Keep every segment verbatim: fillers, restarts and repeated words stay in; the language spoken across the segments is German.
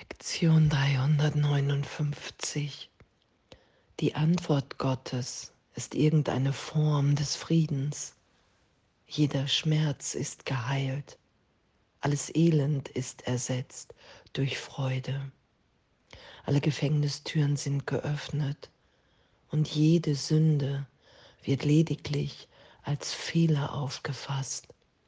Lektion dreihundertneunundfünfzig. Die Antwort Gottes ist irgendeine Form des Friedens. Jeder Schmerz ist geheilt. Alles Elend ist ersetzt durch Freude. Alle Gefängnistüren sind geöffnet und jede Sünde wird lediglich als Fehler aufgefasst.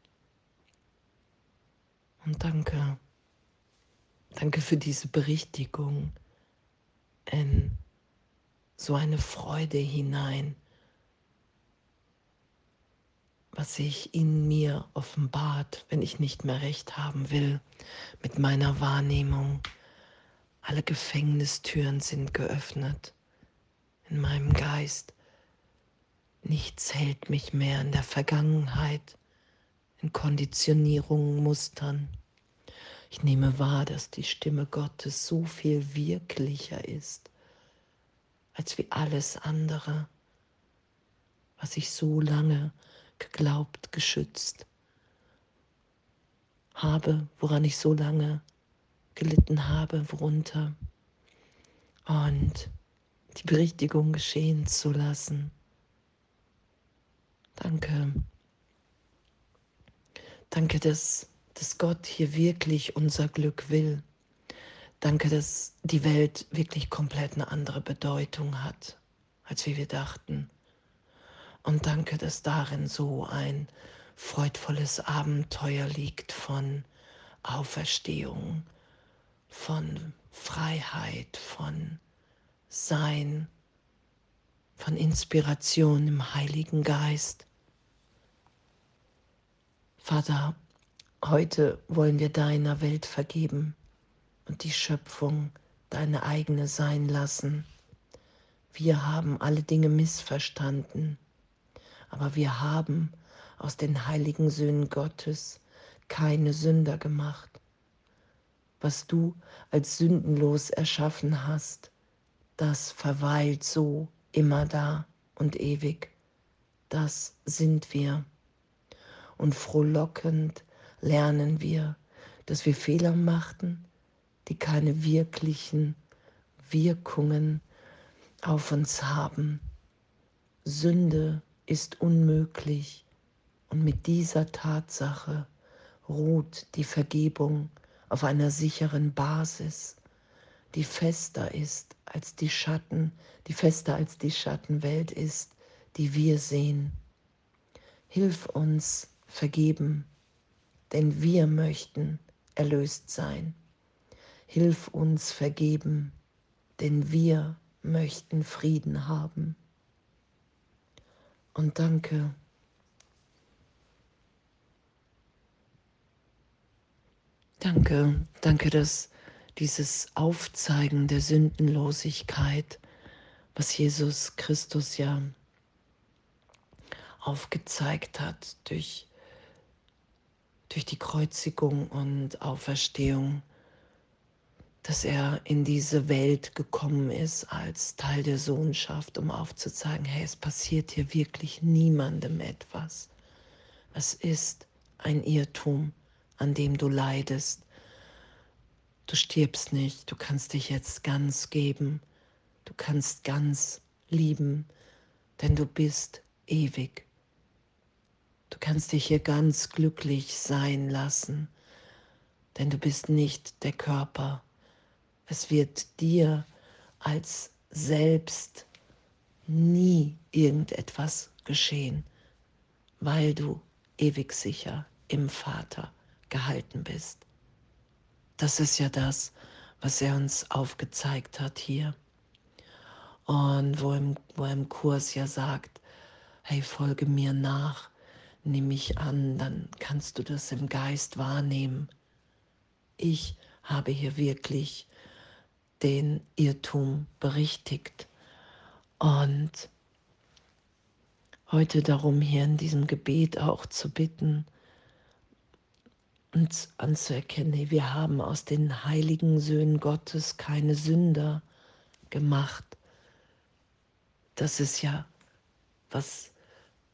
Und danke, danke für diese Berichtigung in so eine Freude hinein, was sich in mir offenbart, wenn ich nicht mehr recht haben will mit meiner Wahrnehmung. Alle Gefängnistüren sind geöffnet in meinem Geist. Nichts hält mich mehr in der Vergangenheit, in Konditionierungen, Mustern. Ich nehme wahr, dass die Stimme Gottes so viel wirklicher ist, als wie alles andere, was ich so lange geglaubt, geschützt habe, woran ich so lange gelitten habe, worunter. Und die Berichtigung geschehen zu lassen. Danke. Danke, dass, dass Gott hier wirklich unser Glück will. Danke, dass die Welt wirklich komplett eine andere Bedeutung hat, als wie wir dachten. Und danke, dass darin so ein freudvolles Abenteuer liegt von Auferstehung, von Freiheit, von Sein, von Inspiration im Heiligen Geist. Vater, heute wollen wir deiner Welt vergeben und die Schöpfung deine eigene sein lassen. Wir haben alle Dinge missverstanden, aber wir haben aus den heiligen Söhnen Gottes keine Sünder gemacht. Was du als sündenlos erschaffen hast, das verweilt so immer da und ewig. Das sind wir. Und frohlockend lernen wir, dass wir Fehler machten, die keine wirklichen Wirkungen auf uns haben. Sünde ist unmöglich und mit dieser Tatsache ruht die Vergebung auf einer sicheren Basis, die fester ist als die Schatten, die fester als die Schattenwelt ist, die wir sehen. Hilf uns vergeben, denn wir möchten erlöst sein. Hilf uns vergeben, denn wir möchten Frieden haben. Und danke, danke, danke, dass dieses Aufzeigen der Sündenlosigkeit, was Jesus Christus ja aufgezeigt hat durch, durch die Kreuzigung und Auferstehung, dass er in diese Welt gekommen ist als Teil der Sohnschaft, um aufzuzeigen, hey, es passiert hier wirklich niemandem etwas. Es ist ein Irrtum, an dem du leidest. Du stirbst nicht, du kannst dich jetzt ganz geben, du kannst ganz lieben, denn du bist ewig. Du kannst dich hier ganz glücklich sein lassen, denn du bist nicht der Körper. Es wird dir als selbst nie irgendetwas geschehen, weil du ewig sicher im Vater gehalten bist. Das ist ja das, was er uns aufgezeigt hat hier. Und wo im, wo er im Kurs ja sagt, hey, folge mir nach, nimm mich an, dann kannst du das im Geist wahrnehmen. Ich habe hier wirklich den Irrtum berichtigt. Und heute darum, hier in diesem Gebet auch zu bitten, uns anzuerkennen, hey, wir haben aus den heiligen Söhnen Gottes keine Sünder gemacht. Das ist ja, was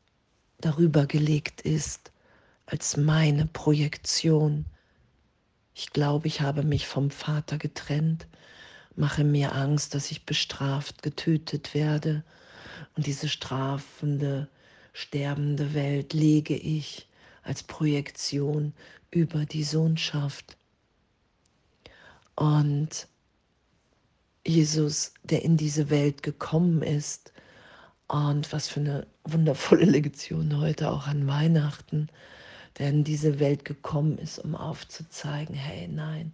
darüber gelegt ist, als meine Projektion. Ich glaube, ich habe mich vom Vater getrennt, mache mir Angst, dass ich bestraft, getötet werde. Und diese strafende, sterbende Welt lege ich als Projektion über die Sohnschaft. Und Jesus, der in diese Welt gekommen ist, und was für eine wundervolle Lektion heute auch an Weihnachten, der in diese Welt gekommen ist, um aufzuzeigen, hey, nein,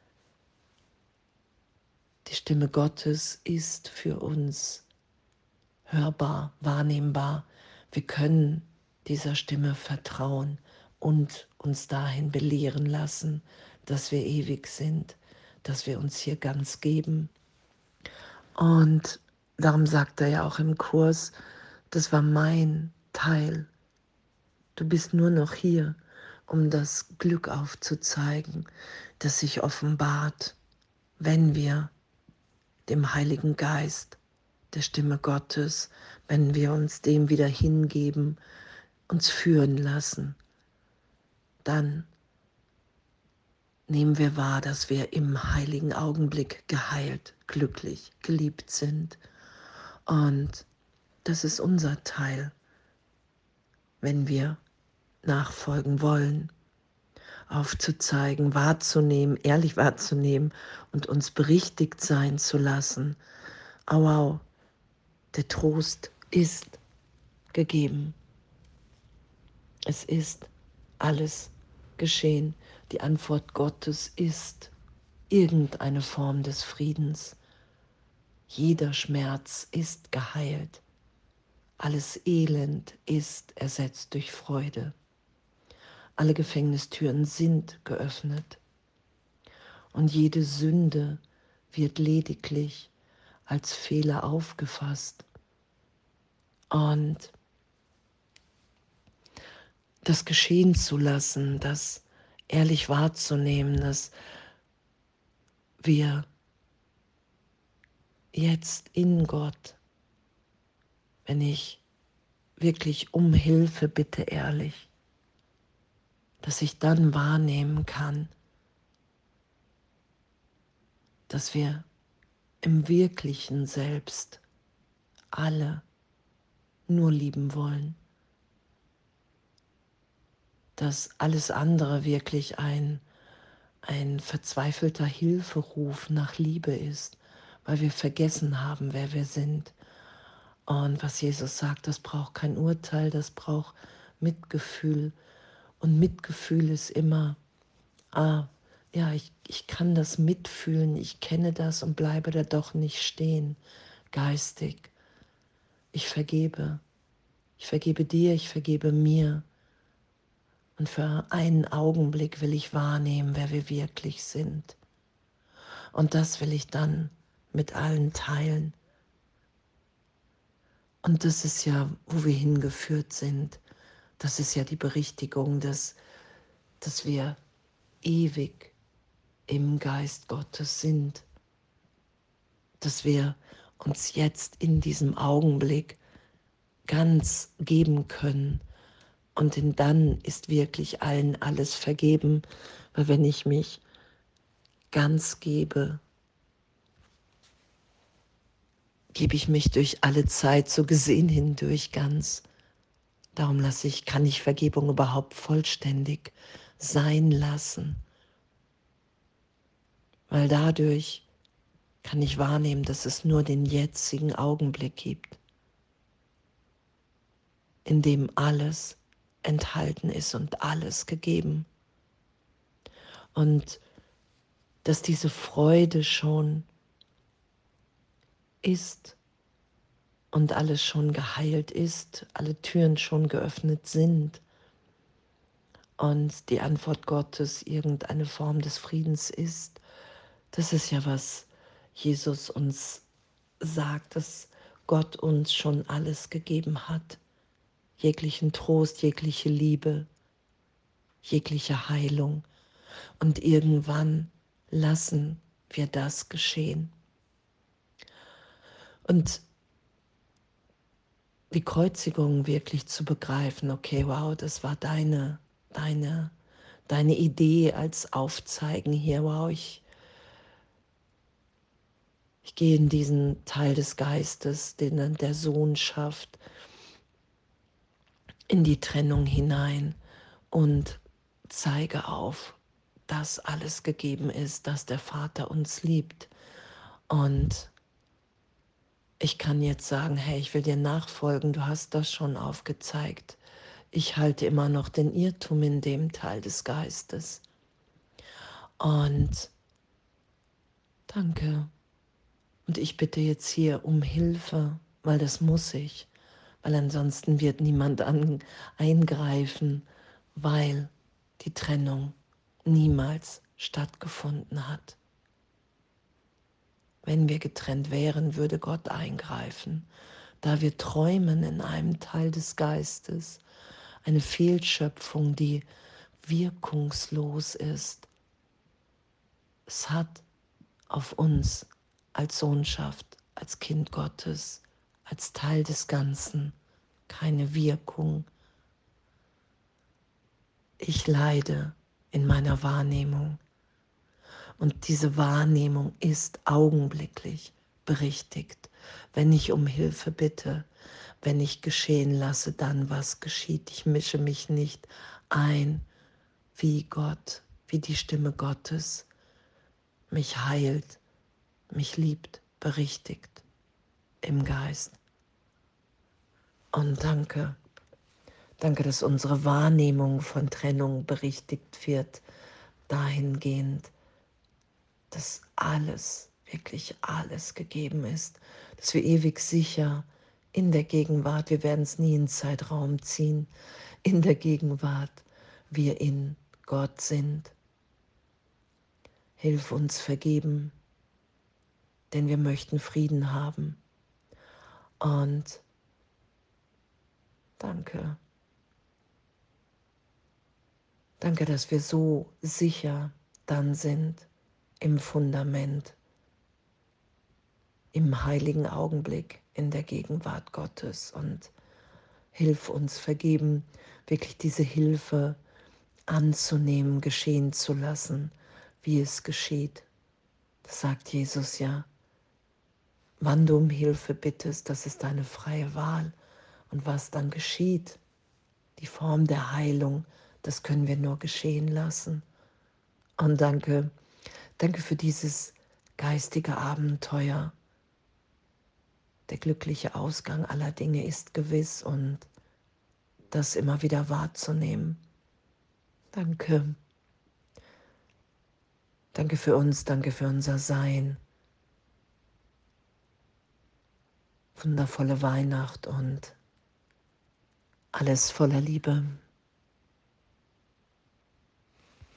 die Stimme Gottes ist für uns hörbar, wahrnehmbar. Wir können dieser Stimme vertrauen und uns dahin belehren lassen, dass wir ewig sind, dass wir uns hier ganz geben. Und darum sagt er ja auch im Kurs, das war mein Teil. Du bist nur noch hier, um das Glück aufzuzeigen, das sich offenbart, wenn wir dem Heiligen Geist, der Stimme Gottes, wenn wir uns dem wieder hingeben, uns führen lassen, dann nehmen wir wahr, dass wir im heiligen Augenblick geheilt, glücklich, geliebt sind. Und das ist unser Teil, wenn wir nachfolgen wollen, aufzuzeigen, wahrzunehmen, ehrlich wahrzunehmen und uns berichtigt sein zu lassen. Oh wow, der Trost ist gegeben. Es ist alles geschehen. Die Antwort Gottes ist irgendeine Form des Friedens. Jeder Schmerz ist geheilt. Alles Elend ist ersetzt durch Freude. Alle Gefängnistüren sind geöffnet. Und jede Sünde wird lediglich als Fehler aufgefasst. Und das geschehen zu lassen, das ehrlich wahrzunehmen, dass wir jetzt in Gott, wenn ich wirklich um Hilfe bitte ehrlich, dass ich dann wahrnehmen kann, dass wir im wirklichen Selbst alle nur lieben wollen, dass alles andere wirklich ein, ein verzweifelter Hilferuf nach Liebe ist, weil wir vergessen haben, wer wir sind. Und was Jesus sagt, das braucht kein Urteil, das braucht Mitgefühl. Und Mitgefühl ist immer, ah, ja, ich, ich kann das mitfühlen, ich kenne das und bleibe da doch nicht stehen, geistig. Ich vergebe. Ich vergebe dir, ich vergebe mir. Und für einen Augenblick will ich wahrnehmen, wer wir wirklich sind. Und das will ich dann mit allen teilen. Und das ist ja, wo wir hingeführt sind. Das ist ja die Berichtigung, dass, dass wir ewig im Geist Gottes sind. Dass wir uns jetzt in diesem Augenblick ganz geben können. Und denn dann ist wirklich allen alles vergeben. Weil wenn ich mich ganz gebe, gebe ich mich durch alle Zeit so gesehen hindurch ganz. Darum lasse ich, kann ich Vergebung überhaupt vollständig sein lassen. Weil dadurch kann ich wahrnehmen, dass es nur den jetzigen Augenblick gibt, in dem alles enthalten ist und alles gegeben. Und dass diese Freude schon ist und alles schon geheilt ist, alle Türen schon geöffnet sind und die Antwort Gottes irgendeine Form des Friedens ist. Das ist ja, was Jesus uns sagt, dass Gott uns schon alles gegeben hat. Jeglichen Trost, jegliche Liebe, jegliche Heilung. Und irgendwann lassen wir das geschehen. Und die Kreuzigung wirklich zu begreifen, okay, wow, das war deine, deine, deine Idee als Aufzeigen hier. Wow, ich, ich gehe in diesen Teil des Geistes, den dann der Sohn schafft, in die Trennung hinein und zeige auf, dass alles gegeben ist, dass der Vater uns liebt. Und ich kann jetzt sagen, hey, ich will dir nachfolgen, du hast das schon aufgezeigt. Ich halte immer noch den Irrtum in dem Teil des Geistes. Und danke. Und ich bitte jetzt hier um Hilfe, weil das muss ich, weil ansonsten wird niemand an, eingreifen, weil die Trennung niemals stattgefunden hat. Wenn wir getrennt wären, würde Gott eingreifen, da wir träumen in einem Teil des Geistes, eine Fehlschöpfung, die wirkungslos ist. Es hat auf uns als Sohnschaft, als Kind Gottes, als Teil des Ganzen keine Wirkung. Ich leide in meiner Wahrnehmung und diese Wahrnehmung ist augenblicklich berichtigt. Wenn ich um Hilfe bitte, wenn ich geschehen lasse, dann was geschieht. Ich mische mich nicht ein, wie Gott, wie die Stimme Gottes mich heilt, mich liebt, berichtigt im Geist. Und danke, danke, dass unsere Wahrnehmung von Trennung berichtigt wird, dahingehend, dass alles, wirklich alles gegeben ist, dass wir ewig sicher in der Gegenwart, wir werden es nie in Zeitraum ziehen, in der Gegenwart wir in Gott sind. Hilf uns vergeben, denn wir möchten Frieden haben. Und danke, danke, dass wir so sicher dann sind im Fundament, im heiligen Augenblick in der Gegenwart Gottes. Und hilf uns vergeben, wirklich diese Hilfe anzunehmen, geschehen zu lassen, wie es geschieht. Das sagt Jesus ja. Wann du um Hilfe bittest, das ist deine freie Wahl. Und was dann geschieht, die Form der Heilung, das können wir nur geschehen lassen. Und danke, danke für dieses geistige Abenteuer. Der glückliche Ausgang aller Dinge ist gewiss und das immer wieder wahrzunehmen. Danke. Danke für uns, danke für unser Sein. Wundervolle Weihnacht und alles voller Liebe.